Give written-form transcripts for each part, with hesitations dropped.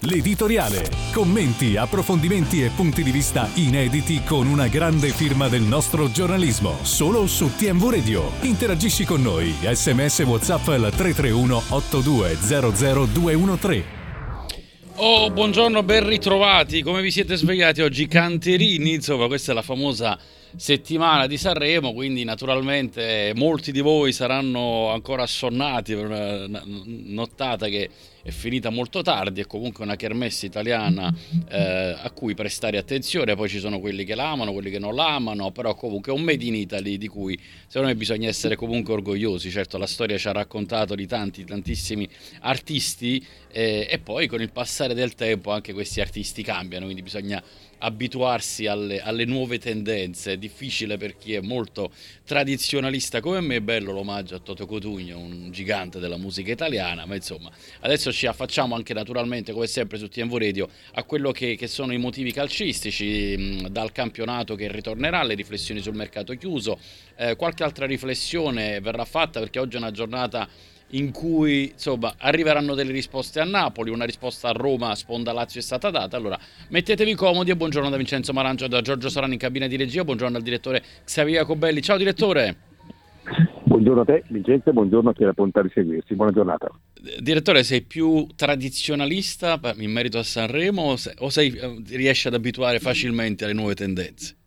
L'editoriale. Commenti, approfondimenti e punti di vista inediti con una grande firma del nostro giornalismo. Solo su TMV Radio. Interagisci con noi. SMS WhatsApp al 331 8200 213. Oh, buongiorno, ben ritrovati. Come vi siete svegliati oggi, canterini? Insomma, questa è la famosa settimana di Sanremo, quindi naturalmente molti di voi saranno ancora assonnati per una nottata che è finita molto tardi. È comunque una kermesse italiana a cui prestare attenzione. Poi ci sono quelli che l'amano, quelli che non l'amano, però comunque è un made in Italy di cui secondo me bisogna essere comunque orgogliosi. Certo, la storia ci ha raccontato di tantissimi artisti e poi con il passare del tempo anche questi artisti cambiano, quindi bisogna abituarsi alle nuove tendenze. È difficile per chi è molto tradizionalista come me. Bello l'omaggio a Toto Cutugno, un gigante della musica italiana, ma insomma adesso ci affacciamo anche naturalmente, come sempre su TMV Radio, a quello che sono i motivi calcistici, dal campionato che ritornerà, le riflessioni sul mercato chiuso, qualche altra riflessione verrà fatta perché oggi è una giornata in cui insomma arriveranno delle risposte a Napoli, una risposta a Roma sponda Lazio è stata data. Allora mettetevi comodi e buongiorno da Vincenzo Marancio e da Giorgio Sorani in cabina di regia. Buongiorno al direttore Xavier Jacobelli. Ciao direttore. Buongiorno a te Vincenzo, buongiorno a chi ha la bontà di seguirsi, buona giornata. Direttore, sei più tradizionalista in merito a Sanremo o riesci ad abituare facilmente alle nuove tendenze?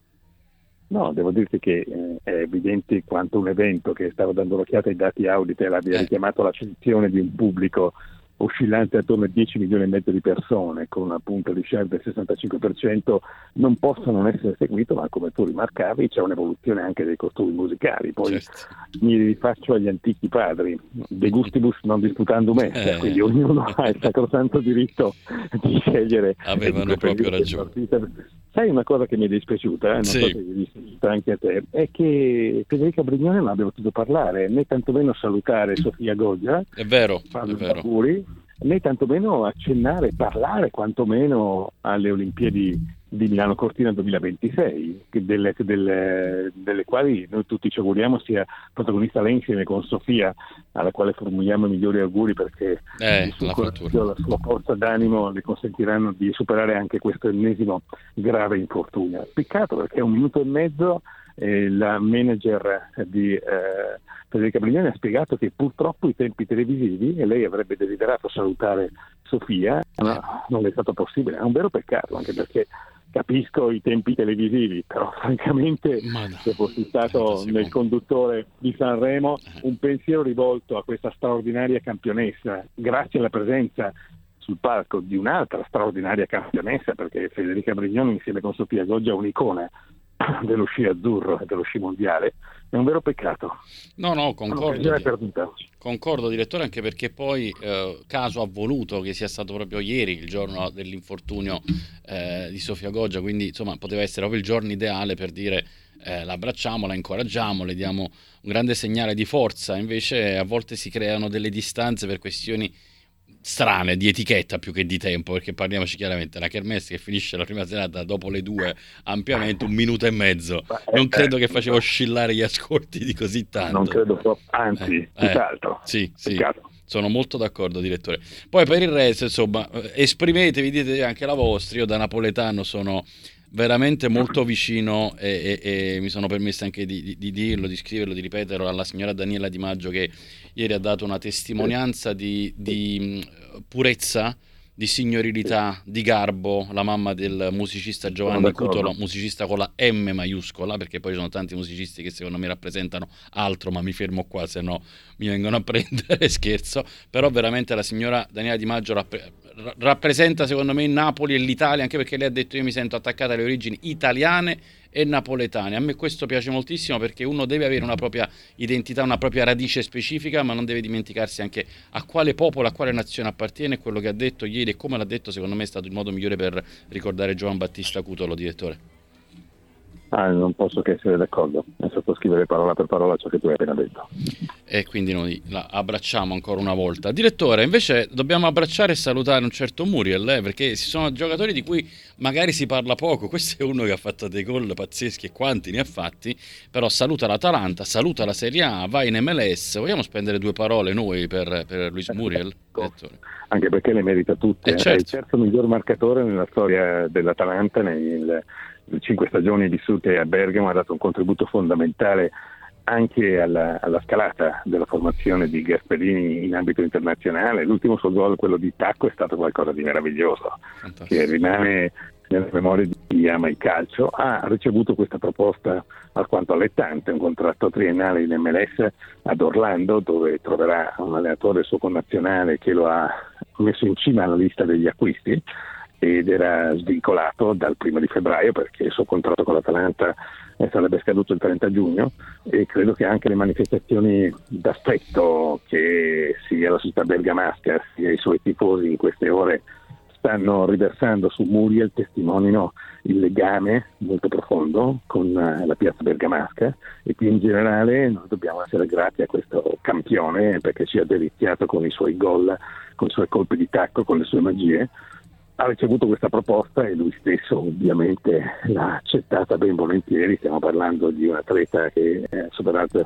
No, devo dirti che è evidente quanto un evento che stavo dando un'occhiata ai dati Auditel abbia richiamato l'attenzione di un pubblico oscillante attorno a 10 milioni e mezzo di persone con una punta di share del 65% non possa non essere seguito, ma come tu rimarcavi c'è un'evoluzione anche dei costumi musicali. Poi mi rifaccio agli antichi padri, de gustibus non disputandum est, quindi ognuno ha il sacrosanto diritto di scegliere. Avevano proprio ragione. Sai una cosa che mi è dispiaciuta, non so se è dispiaciuta anche a te, è che Federica Brignone non abbia potuto parlare, né tantomeno salutare Sofia Goggia, è vero, auguri, né tantomeno accennare, parlare quantomeno alle Olimpiadi di Milano Cortina 2026, delle quali noi tutti ci auguriamo sia protagonista lei insieme con Sofia, alla quale formuliamo i migliori auguri perché il suo coraggio, la sua forza d'animo le consentiranno di superare anche questo ennesimo grave infortunio. Peccato perché 1 minuto e mezzo la manager di Federica Brignone ha spiegato che purtroppo i tempi televisivi, e lei avrebbe desiderato salutare Sofia, ma non è stato possibile. È un vero peccato, anche perché capisco i tempi televisivi, però francamente se fossi stato nel conduttore di Sanremo, un pensiero rivolto a questa straordinaria campionessa, grazie alla presenza sul palco di un'altra straordinaria campionessa, perché Federica Brignone insieme con Sofia Goggia è un'icona dello sci azzurro e dello sci mondiale. È un vero peccato. No, concordo direttore, anche perché poi caso ha voluto che sia stato proprio ieri il giorno dell'infortunio di Sofia Goggia, quindi insomma poteva essere proprio il giorno ideale per dire l'abbracciamo, la incoraggiamo, le diamo un grande segnale di forza. Invece a volte si creano delle distanze per questioni strane di etichetta più che di tempo, perché parliamoci chiaramente, la kermesse che finisce la prima serata dopo le 2 ampiamente 1 minuto e mezzo, non credo che faceva oscillare gli ascolti di così tanto. Non credo proprio, anzi tutt'altro. Sì. Sono molto d'accordo direttore. Poi per il resto insomma esprimetevi, dite anche la vostra. Io da napoletano sono veramente molto vicino e mi sono permesso anche di dirlo, di scriverlo, di ripeterlo alla signora Daniela Di Maggio, che ieri ha dato una testimonianza di purezza, di signorilità, di garbo, la mamma del musicista Giovanni Cutolo, musicista con la M maiuscola, perché poi ci sono tanti musicisti che secondo me rappresentano altro, ma mi fermo qua, se no mi vengono a prendere, scherzo. Però veramente la signora Daniela Di Maggio rappresenta secondo me Napoli e l'Italia, anche perché lei ha detto: io mi sento attaccata alle origini italiane e napoletane. A me questo piace moltissimo, perché uno deve avere una propria identità, una propria radice specifica, ma non deve dimenticarsi anche a quale popolo, a quale nazione appartiene. Quello che ha detto ieri e come l'ha detto secondo me è stato il modo migliore per ricordare Giovan Battista Cutolo, direttore. Non posso che essere d'accordo e sottoscrivere parola per parola ciò che tu hai appena detto. E quindi noi la abbracciamo ancora una volta. Direttore, invece dobbiamo abbracciare e salutare un certo Muriel, perché ci sono giocatori di cui magari si parla poco. Questo è uno che ha fatto dei gol pazzeschi e quanti ne ha fatti, però saluta l'Atalanta, saluta la Serie A, va in MLS. Vogliamo spendere due parole noi per Luis Muriel? Direttore? Anche perché le merita tutte. Certo. È il terzo miglior marcatore nella storia dell'Atalanta, nelle 5 stagioni vissute a Bergamo, ha dato un contributo fondamentale anche alla scalata della formazione di Gasperini in ambito internazionale. L'ultimo suo gol, quello di tacco, è stato qualcosa di meraviglioso, che rimane nella memoria di chi ama il calcio. Ha ricevuto questa proposta alquanto allettante, un contratto triennale in MLS ad Orlando, dove troverà un allenatore suo connazionale che lo ha messo in cima alla lista degli acquisti, ed era svincolato dal 1 febbraio perché il suo contratto con l'Atalanta sarebbe scaduto il 30 giugno, e credo che anche le manifestazioni d'affetto che sia la società bergamasca sia i suoi tifosi in queste ore stanno riversando su Muriel testimonino il legame molto profondo con la piazza bergamasca, e più in generale noi dobbiamo essere grati a questo campione perché ci ha deliziato con i suoi gol, con i suoi colpi di tacco, con le sue magie. Ha ricevuto questa proposta e lui stesso ovviamente l'ha accettata ben volentieri. Stiamo parlando di un atleta che ha superato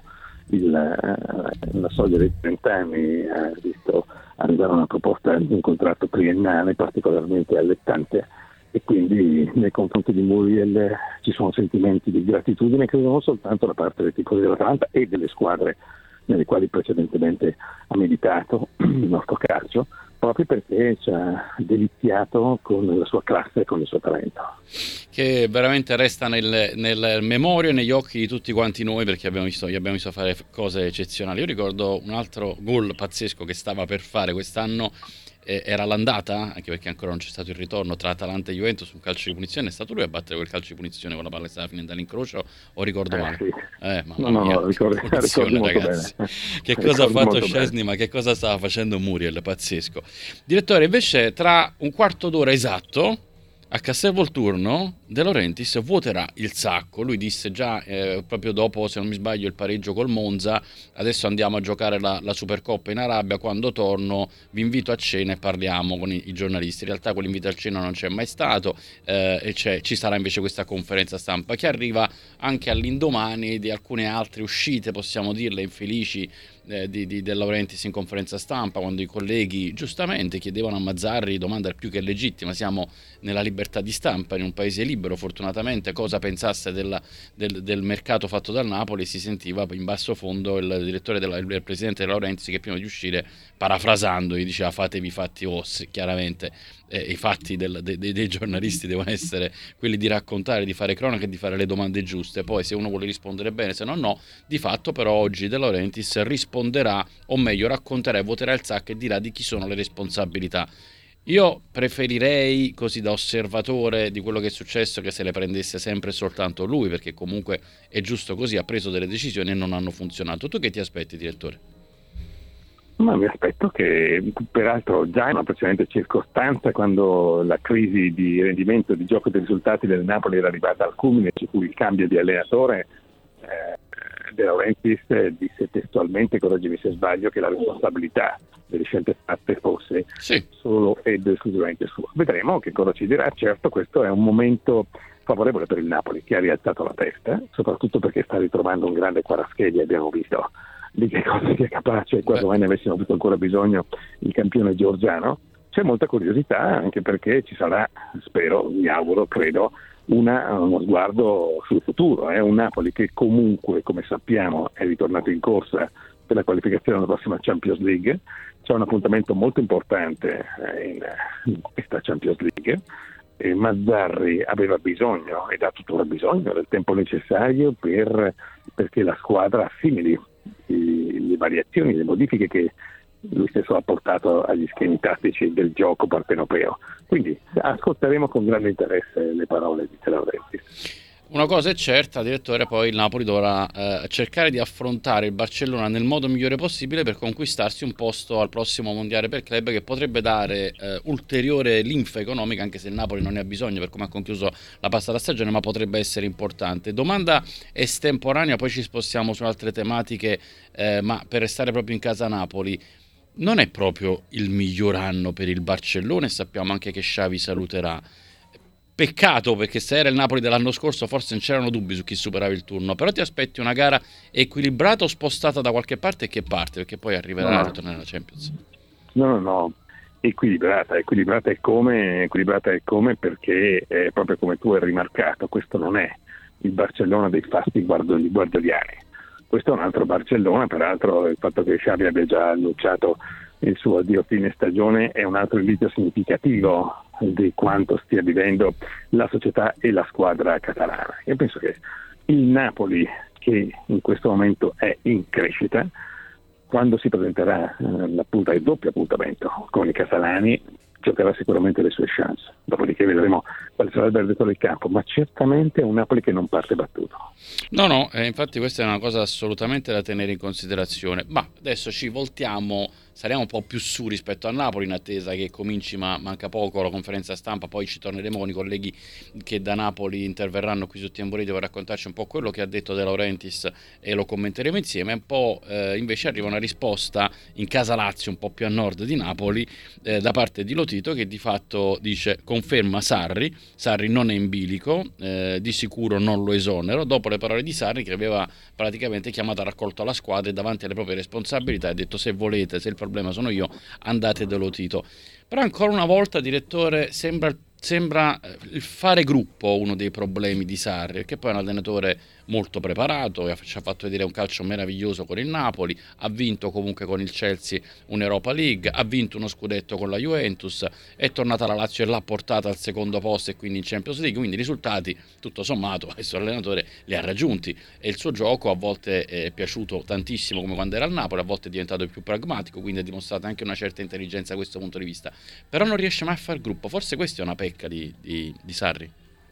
la soglia dei 30 anni, ha visto arrivare una proposta di un contratto triennale particolarmente allettante, e quindi nei confronti di Muriel ci sono sentimenti di gratitudine, credo non soltanto da parte dei tifosi dell'Atalanta e delle squadre nelle quali precedentemente ha militato il nostro calcio, proprio perché ci ha deliziato con la sua classe e con il suo talento, che veramente resta nel memoria e negli occhi di tutti quanti noi, perché gli abbiamo visto fare cose eccezionali. Io ricordo un altro gol pazzesco che stava per fare quest'anno, era l'andata, anche perché ancora non c'è stato il ritorno, tra Atalanta e Juventus, un calcio di punizione. È stato lui a battere quel calcio di punizione con la palla che stava finendo all'incrocio, o ricordo male? Sì. No, ricordo molto ragazzi. bene. Che cosa ha fatto Szczesny, ma che cosa stava facendo Muriel, pazzesco. Direttore, invece tra un quarto d'ora esatto a Castelvolturno De Laurentiis vuoterà il sacco. Lui disse già proprio dopo, se non mi sbaglio, il pareggio col Monza: adesso andiamo a giocare la Supercoppa in Arabia, quando torno vi invito a cena e parliamo con i giornalisti. In realtà quell'invito a cena non c'è mai stato, e ci sarà invece questa conferenza stampa che arriva anche all'indomani di alcune altre uscite, possiamo dirle, infelici di De Laurentiis in conferenza stampa, quando i colleghi giustamente chiedevano a Mazzarri, domanda più che legittima, siamo nella libertà di stampa in un paese libero fortunatamente, cosa pensasse del mercato fatto dal Napoli. Si sentiva in basso fondo il presidente De Laurentiis che prima di uscire, parafrasando, gli diceva: fatevi i fatti vostri. Chiaramente i fatti dei giornalisti devono essere quelli di raccontare, di fare cronaca e di fare le domande giuste. Poi se uno vuole rispondere bene, se no no. Di fatto però oggi De Laurentiis risponderà, o meglio racconterà e voterà il sacco e dirà di chi sono le responsabilità. Io preferirei, così da osservatore di quello che è successo, che se le prendesse sempre e soltanto lui, perché comunque è giusto così, ha preso delle decisioni e non hanno funzionato. Tu che ti aspetti, direttore? Ma mi aspetto che, peraltro già in una precedente circostanza, quando la crisi di rendimento, di gioco dei risultati del Napoli era arrivata al culmine, su cui il cambio di allenatore, De Laurentiis disse testualmente, correggimi se sbaglio, che la responsabilità delle scelte fatte fosse solo ed esclusivamente sua. Vedremo che cosa ci dirà. Certo, questo è un momento favorevole per il Napoli, che ha rialzato la testa, soprattutto perché sta ritrovando un grande Kvaratskhelia. Abbiamo visto di che cosa sia capace, quando mai ne avessimo avuto ancora bisogno, il campione georgiano. C'è molta curiosità, anche perché ci sarà, spero, mi auguro, credo, uno sguardo sul futuro. È un Napoli che comunque, come sappiamo, è ritornato in corsa per la qualificazione alla prossima Champions League. C'è un appuntamento molto importante in questa Champions League, e Mazzarri aveva bisogno, ed ha tuttora bisogno, del tempo necessario perché la squadra assimili le variazioni, le modifiche che lui stesso ha portato agli schemi tattici del gioco partenopeo. Quindi ascolteremo con grande interesse le parole di De Laurentiis. Una cosa è certa, direttore, poi il Napoli dovrà cercare di affrontare il Barcellona nel modo migliore possibile per conquistarsi un posto al prossimo mondiale per club, che potrebbe dare ulteriore linfa economica, anche se il Napoli non ne ha bisogno per come ha concluso la passata stagione, ma potrebbe essere importante. Domanda estemporanea, poi ci spostiamo su altre tematiche, ma per restare proprio in casa Napoli, non è proprio il miglior anno per il Barcellona e sappiamo anche che Xavi saluterà. Peccato, perché se era il Napoli dell'anno scorso forse non c'erano dubbi su chi superava il turno, però ti aspetti una gara equilibrata o spostata da qualche parte, e che parte? Perché poi arriverà a ritornare alla Champions. No, equilibrata è come perché proprio come tu hai rimarcato, questo non è il Barcellona dei fasti guardioliani, questo è un altro Barcellona. Peraltro il fatto che Xavi abbia già annunciato il suo addio a fine stagione è un altro indizio significativo di quanto stia vivendo la società e la squadra catalana. Io penso che il Napoli, che in questo momento è in crescita, quando si presenterà il doppio appuntamento con i catalani, giocherà sicuramente le sue chance. Dopodiché vedremo quale sarà il verdetto del campo, ma certamente è un Napoli che non parte battuto. No, infatti questa è una cosa assolutamente da tenere in considerazione. Ma adesso ci voltiamo, saliamo un po' più su rispetto a Napoli, in attesa che cominci, ma manca poco, la conferenza stampa. Poi ci torneremo con i colleghi che da Napoli interverranno qui su Tiempo Radio per raccontarci un po' quello che ha detto De Laurentiis e lo commenteremo insieme. Un po' invece arriva una risposta in casa Lazio, un po' più a nord di Napoli, da parte di Lotito, che di fatto dice: conferma Sarri non è in bilico, di sicuro non lo esonero. Dopo le parole di Sarri, che aveva praticamente chiamato a raccolto la squadra e davanti alle proprie responsabilità ha detto: se volete, se il problema sono io, andate da Lotito. Però ancora una volta, direttore, sembra il fare gruppo uno dei problemi di Sarri, perché poi è un allenatore molto preparato, ci ha fatto vedere un calcio meraviglioso con il Napoli, ha vinto comunque con il Chelsea un'Europa League, ha vinto uno scudetto con la Juventus, è tornata la Lazio e l'ha portata al secondo posto e quindi in Champions League, quindi i risultati tutto sommato adesso l'allenatore li ha raggiunti e il suo gioco a volte è piaciuto tantissimo come quando era al Napoli, a volte è diventato più pragmatico, quindi ha dimostrato anche una certa intelligenza da questo punto di vista, però non riesce mai a far gruppo. Forse questa è una pecca di Sarri.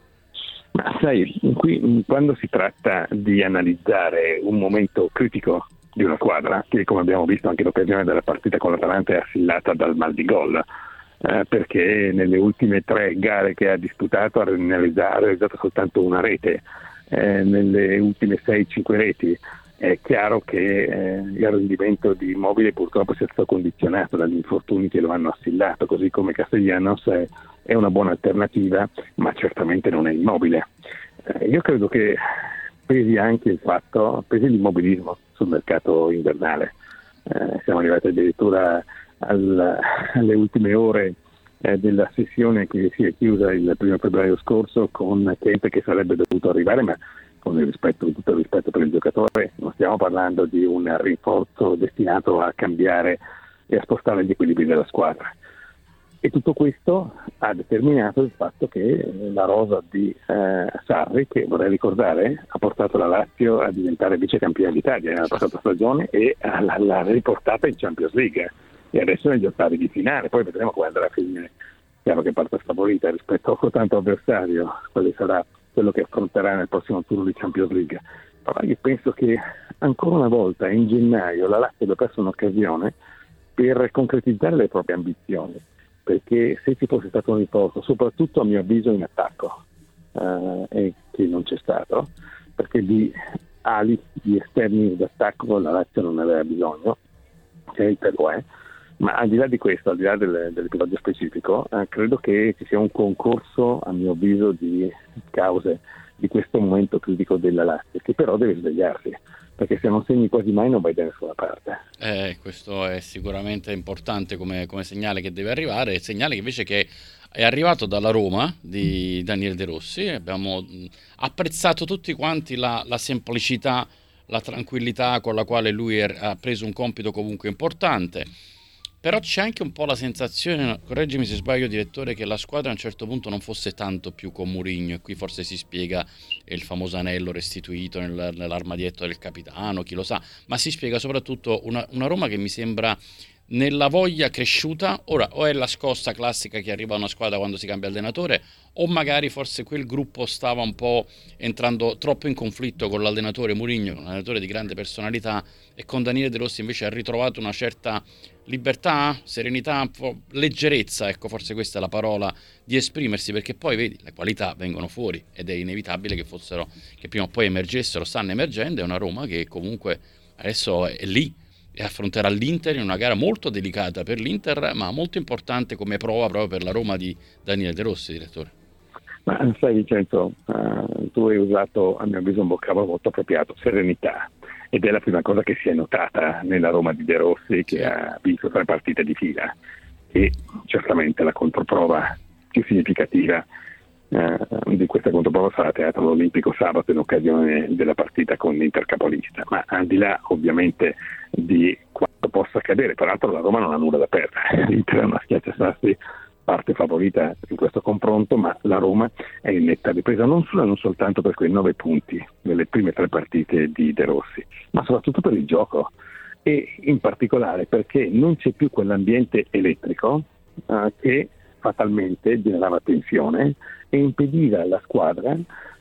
Ma sai, qui quando si tratta di analizzare un momento critico di una squadra, che come abbiamo visto anche l'occasione della partita con l'Atalanta è assillata dal mal di gol, perché nelle ultime 3 gare che ha disputato ha realizzato soltanto una rete, nelle ultime 6-5 reti è chiaro che il rendimento di Immobile purtroppo sia stato condizionato dagli infortuni che lo hanno assillato, così come Castellanos è una buona alternativa, ma certamente non è Immobile. Io credo che pesi anche pesi l'immobilismo sul mercato invernale. Siamo arrivati addirittura alle ultime ore della sessione che si è chiusa il 1 febbraio scorso, con Kempe che sarebbe dovuto arrivare, ma con tutto il rispetto per il giocatore, non stiamo parlando di un rinforzo destinato a cambiare e a spostare gli equilibri della squadra. E tutto questo ha determinato il fatto che la rosa di Sarri, che vorrei ricordare, ha portato la Lazio a diventare vicecampione d'Italia nella passata stagione e l'ha riportata in Champions League e adesso negli ottavi di finale. Poi vedremo come andrà a finire. Chiaro che parte favorita rispetto a tanto avversario, quale sarà quello che affronterà nel prossimo turno di Champions League. Però io penso che ancora una volta in gennaio la Lazio abbia perso un'occasione per concretizzare le proprie ambizioni, perché se ci fosse stato un riposo, soprattutto a mio avviso in attacco, e che non c'è stato, perché di ali, di esterni d'attacco la Lazio non aveva bisogno, c'è il però ma al di là di questo, al di là dell'episodio specifico, credo che ci sia un concorso, a mio avviso, di cause di questo momento critico della Lazio, che però deve svegliarsi, perché se non segni quasi mai non vai da nessuna parte. Questo è sicuramente importante come segnale che deve arrivare, segnale che invece che è arrivato dalla Roma di Daniele De Rossi. Abbiamo apprezzato tutti quanti la semplicità, la tranquillità con la quale lui ha preso un compito comunque importante. Però c'è anche un po' la sensazione, correggimi se sbaglio direttore, che la squadra a un certo punto non fosse tanto più con Mourinho, e qui forse si spiega il famoso anello restituito nell'armadietto del capitano, chi lo sa, ma si spiega soprattutto una Roma che mi sembra nella voglia cresciuta? Ora, o è la scossa classica che arriva a una squadra quando si cambia allenatore, o magari forse quel gruppo stava un po' entrando troppo in conflitto con l'allenatore Mourinho, un allenatore di grande personalità, e con Daniele De Rossi invece ha ritrovato una certa libertà, serenità, leggerezza, ecco, forse questa è la parola, di esprimersi, perché poi vedi, le qualità vengono fuori ed è inevitabile che prima o poi emergessero, stanno emergendo. È una Roma che comunque adesso è lì e affronterà l'Inter in una gara molto delicata per l'Inter, ma molto importante come prova proprio per la Roma di Daniele De Rossi, direttore. Ma sai Vincenzo, tu hai usato a mio avviso un vocabolo molto appropriato, serenità, ed è la prima cosa che si è notata nella Roma di De Rossi, che ha vinto 3 partite di fila, e certamente la controprova più significativa di questa controprova sarà Teatro Olimpico sabato in occasione della partita con l'Inter capolista, ma al di là ovviamente di quanto possa accadere, peraltro la Roma non ha nulla da perdere, l'Inter è una schiacciasassi parte favorita in questo confronto, ma la Roma è in netta ripresa non solo e non soltanto per quei 9 punti nelle prime 3 partite di De Rossi, ma soprattutto per il gioco, e in particolare perché non c'è più quell'ambiente elettrico che fatalmente generava tensione e impediva alla squadra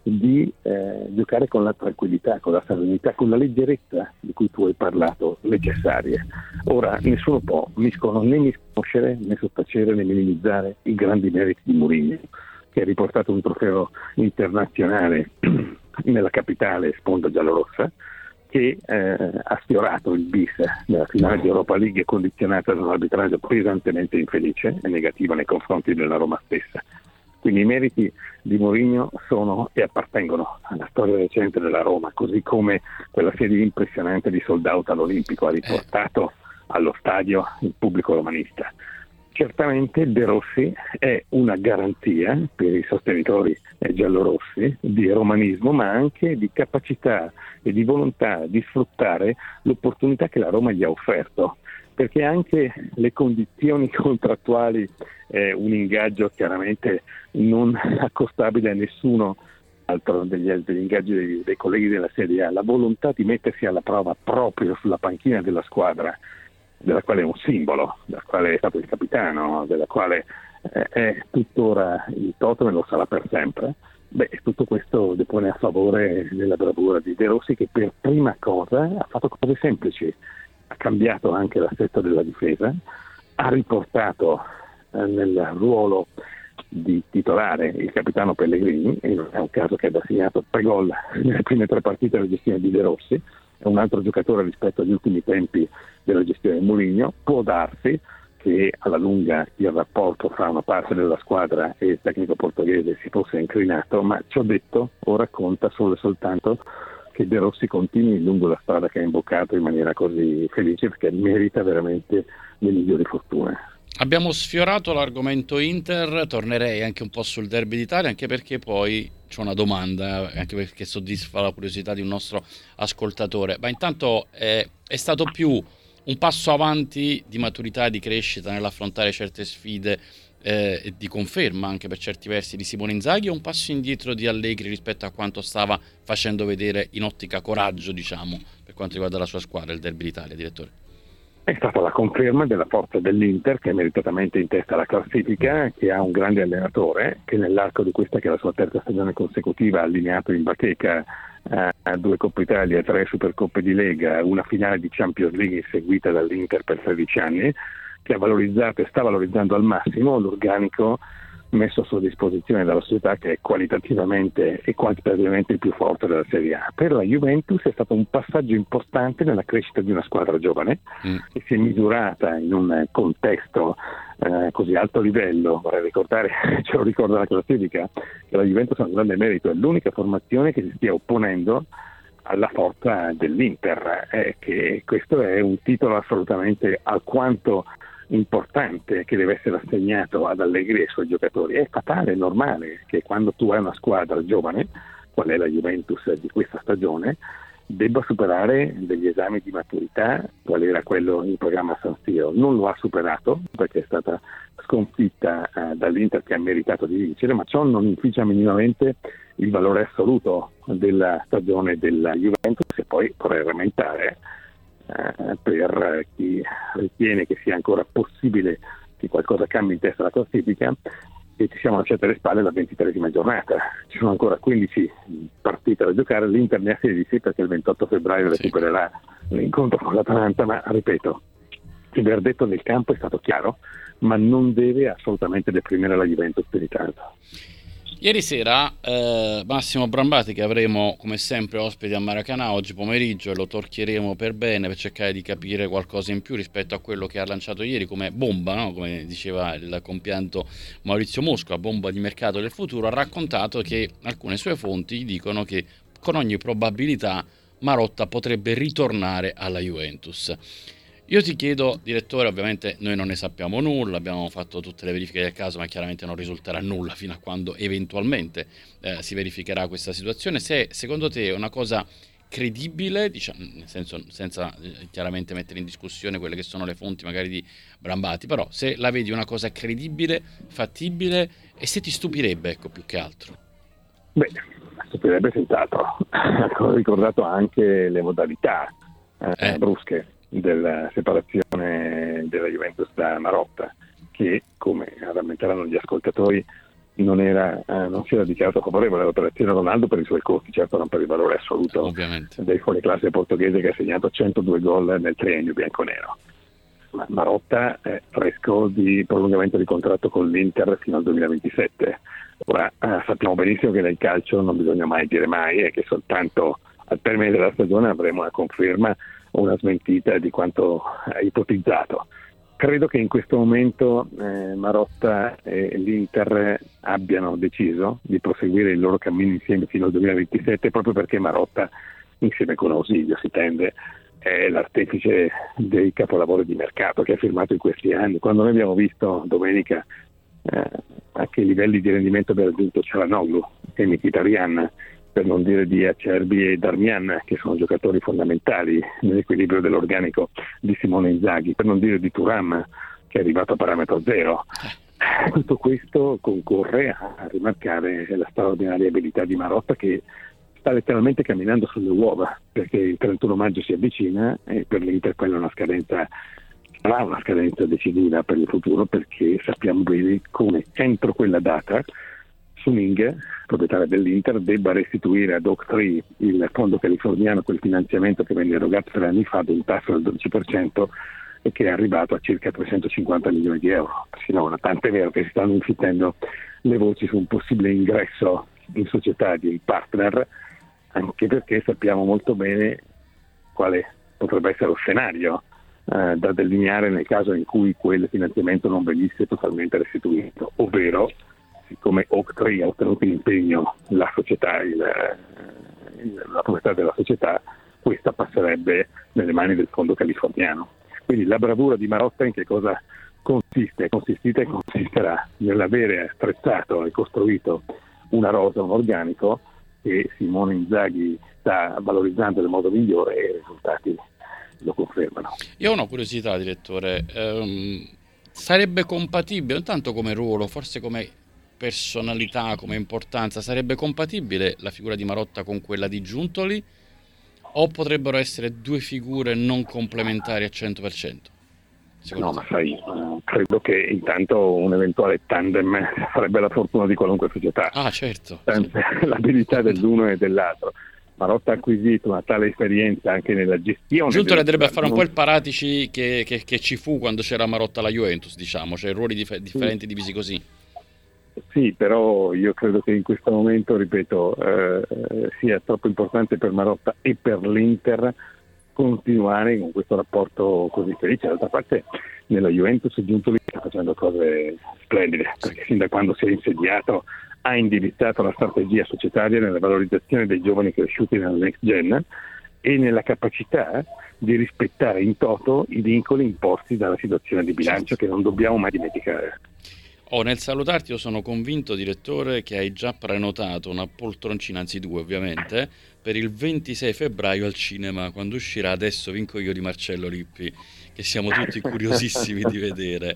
di giocare con la tranquillità, con la serenità, con la leggerezza di cui tu hai parlato, necessarie. Ora nessuno può né misconoscere, né sottacere, né minimizzare i grandi meriti di Mourinho, che ha riportato un trofeo internazionale nella capitale sponda giallorossa, che ha sfiorato il bis nella finale di Europa League, condizionata da un arbitraggio pesantemente infelice e negativo nei confronti della Roma stessa. Quindi i meriti di Mourinho sono e appartengono alla storia recente della Roma, così come quella serie impressionante di sold out all'Olimpico ha riportato allo stadio il pubblico romanista. Certamente De Rossi è una garanzia per i sostenitori giallorossi di romanismo, ma anche di capacità e di volontà di sfruttare l'opportunità che la Roma gli ha offerto, perché anche le condizioni contrattuali, un ingaggio chiaramente non accostabile a nessuno altro degli ingaggi dei colleghi della Serie A, la volontà di mettersi alla prova proprio sulla panchina della squadra, della quale è un simbolo, della quale è stato il capitano, della quale è tuttora il totem e lo sarà per sempre. Tutto questo depone a favore della bravura di De Rossi, che per prima cosa ha fatto cose semplici, ha cambiato anche l'assetto della difesa, ha riportato nel ruolo di titolare il capitano Pellegrini, e non è un caso che abbia segnato 3 gol nelle prime 3 partite della gestione di De Rossi, è un altro giocatore rispetto agli ultimi tempi della gestione di Mourinho. Può darsi che alla lunga il rapporto fra una parte della squadra e il tecnico portoghese si fosse inclinato, ma ciò detto, ora conta solo e soltanto che De Rossi continui lungo la strada che ha imboccato in maniera così felice, perché merita veramente le migliori fortune. Abbiamo sfiorato l'argomento Inter, tornerei anche un po' sul derby d'Italia, anche perché poi c'è una domanda, anche perché soddisfa la curiosità di un nostro ascoltatore. Ma intanto è stato più un passo avanti di maturità e di crescita nell'affrontare certe sfide e di conferma anche per certi versi di Simone Inzaghi, o un passo indietro di Allegri rispetto a quanto stava facendo vedere in ottica coraggio, diciamo, per quanto riguarda la sua squadra, il derby d'Italia, direttore? È stata la conferma della forza dell'Inter, che è meritatamente in testa alla classifica, che ha un grande allenatore, che nell'arco di questa, che è la sua 3ª stagione consecutiva, ha allineato in bacheca a 2 Coppe Italia, 3 Supercoppe di Lega, una finale di Champions League seguita dall'Inter per 13 anni, che ha valorizzato e sta valorizzando al massimo l'organico messo a sua disposizione dalla società, che è qualitativamente e quantitativamente il più forte della Serie A. Per la Juventus è stato un passaggio importante nella crescita di una squadra giovane che si è misurata in un contesto così alto livello. Vorrei ricordare, ce lo ricorda la classifica, che la Juventus ha un grande merito, è l'unica formazione che si stia opponendo alla forza dell'Inter, che questo è un titolo assolutamente alquanto importante che deve essere assegnato ad Allegri e ai suoi giocatori. È fatale, è normale che quando tu hai una squadra giovane, qual è la Juventus di questa stagione, debba superare degli esami di maturità, qual era quello in programma a San Siro. Non lo ha superato perché è stata sconfitta dall'Inter, che ha meritato di vincere, ma ciò non inficia minimamente il valore assoluto della stagione della Juventus. E poi vorrei rammentare per chi ritiene che sia ancora possibile che qualcosa cambi in testa alla classifica, e ci siamo lasciati alle spalle la 23esima giornata. Ci sono ancora 15 partite da giocare, l'Inter ne ha 16 perché il 28 febbraio recupererà l'incontro con l'Atalanta, ma ripeto, il verdetto del campo è stato chiaro, ma non deve assolutamente deprimere la Juventus più di tanto. Ieri sera Massimo Brambati, che avremo come sempre ospite a Maracanã oggi pomeriggio, e lo torchieremo per bene per cercare di capire qualcosa in più rispetto a quello che ha lanciato ieri come bomba, no? Come diceva il compianto Maurizio Mosca, bomba di mercato del futuro. Ha raccontato che alcune sue fonti dicono che con ogni probabilità Marotta potrebbe ritornare alla Juventus. Io ti chiedo, direttore, ovviamente noi non ne sappiamo nulla, abbiamo fatto tutte le verifiche del caso, ma chiaramente non risulterà nulla fino a quando eventualmente si verificherà questa situazione. Se secondo te è una cosa credibile, diciamo, nel senso senza chiaramente mettere in discussione quelle che sono le fonti magari di Brambati, però se la vedi una cosa credibile, fattibile, e se ti stupirebbe, ecco, più che altro. Beh, stupirebbe senz'altro. Ho ricordato anche le modalità brusche della separazione della Juventus da Marotta, che, come rammenteranno gli ascoltatori, non si era dichiarato favorevole all'operazione Ronaldo per i suoi costi, certo non per il valore assoluto Ovviamente del fuoriclasse portoghese, che ha segnato 102 gol nel triennio bianconero. Ma Marotta è fresco di prolungamento di contratto con l'Inter fino al 2027. Ora sappiamo benissimo che nel calcio non bisogna mai dire mai, e che soltanto al termine della stagione avremo una conferma o una smentita di quanto ipotizzato. Credo che in questo momento Marotta e l'Inter abbiano deciso di proseguire il loro cammino insieme fino al 2027, proprio perché Marotta, insieme con Ausilio, si tende, è l'artefice dei capolavori di mercato che ha firmato in questi anni. Quando noi abbiamo visto domenica a che livelli di rendimento aveva raggiunto Çalhanoğlu e Mkhitaryan, per non dire di Acerbi e Darmian, che sono giocatori fondamentali nell'equilibrio dell'organico di Simone Inzaghi, per non dire di Thuram, che è arrivato a parametro zero. Tutto questo concorre a rimarcare la straordinaria abilità di Marotta, che sta letteralmente camminando sulle uova, perché il 31 maggio si avvicina e per l'Inter quella è sarà una scadenza decisiva per il futuro, perché sappiamo bene come entro quella data Suning, proprietario dell'Inter, debba restituire ad Oaktree, il fondo californiano, quel finanziamento che venne erogato 3 anni fa ad un tasso del 12% e che è arrivato a circa 350 milioni di euro. Sinora, tant'è vero che si stanno infittendo le voci su un possibile ingresso in società di partner, anche perché sappiamo molto bene quale potrebbe essere lo scenario da delineare nel caso in cui quel finanziamento non venisse totalmente restituito, ovvero, siccome Oaktree ha ottenuto l'impegno, la società, la proprietà della società, questa passerebbe nelle mani del fondo californiano. Quindi la bravura di Marotta in che cosa consiste? Consistita e consisterà nell'avere attrezzato e costruito una rosa, un organico che Simone Inzaghi sta valorizzando nel modo migliore, e i risultati lo confermano. Io ho una curiosità, direttore, sarebbe compatibile, non tanto come ruolo, forse come personalità, come importanza, sarebbe compatibile la figura di Marotta con quella di Giuntoli, o potrebbero essere due figure non complementari al 100%? No, ma sai, credo che intanto un eventuale tandem farebbe la fortuna di qualunque società. Ah, certo. L'abilità dell'uno e dell'altro. Marotta ha acquisito una tale esperienza anche nella gestione. Giuntoli andrebbe a fare un po' il Paratici che ci fu quando c'era Marotta alla Juventus, diciamo, cioè ruoli differenti divisi così. Sì, però io credo che in questo momento, ripeto, sia troppo importante per Marotta e per l'Inter continuare con questo rapporto così felice. D'altra parte nella Juventus Giuntoli sta facendo cose splendide, perché sin da quando si è insediato ha indirizzato la strategia societaria nella valorizzazione dei giovani cresciuti nella next gen e nella capacità di rispettare in toto i vincoli imposti dalla situazione di bilancio, che non dobbiamo mai dimenticare. Nel salutarti io sono convinto, direttore, che hai già prenotato una poltroncina, anzi due ovviamente, per il 26 febbraio al cinema, quando uscirà Adesso vinco io di Marcello Lippi, che siamo tutti curiosissimi di vedere.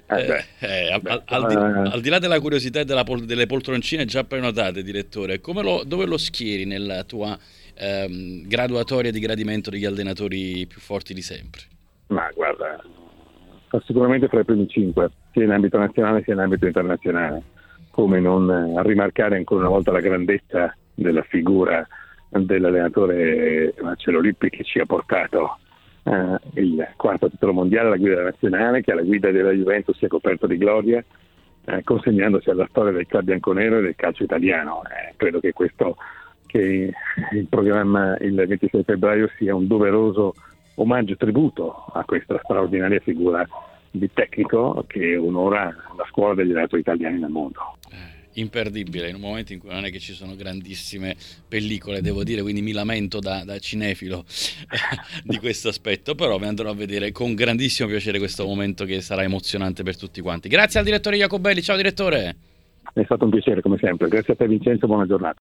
Al di là della curiosità e delle poltroncine già prenotate, direttore, dove lo schieri nella tua graduatoria di gradimento degli allenatori più forti di sempre? Ma guarda, sicuramente fra i primi 5, sia in ambito nazionale sia in ambito internazionale. Come non rimarcare ancora una volta la grandezza della figura dell'allenatore Marcello Lippi, che ci ha portato il 4º titolo mondiale alla guida della nazionale, che alla guida della Juventus si è coperto di gloria, consegnandosi alla storia del club bianconero e del calcio italiano. Credo che il programma il 26 febbraio sia un doveroso omaggio e tributo a questa straordinaria figura di tecnico che onora la scuola degli allenatori italiani nel mondo. Imperdibile, in un momento in cui non è che ci sono grandissime pellicole, devo dire, quindi mi lamento da cinefilo di questo aspetto, però mi andrò a vedere con grandissimo piacere questo momento che sarà emozionante per tutti quanti. Grazie al direttore Jacobelli, ciao direttore. È stato un piacere come sempre, grazie a te Vincenzo, buona giornata.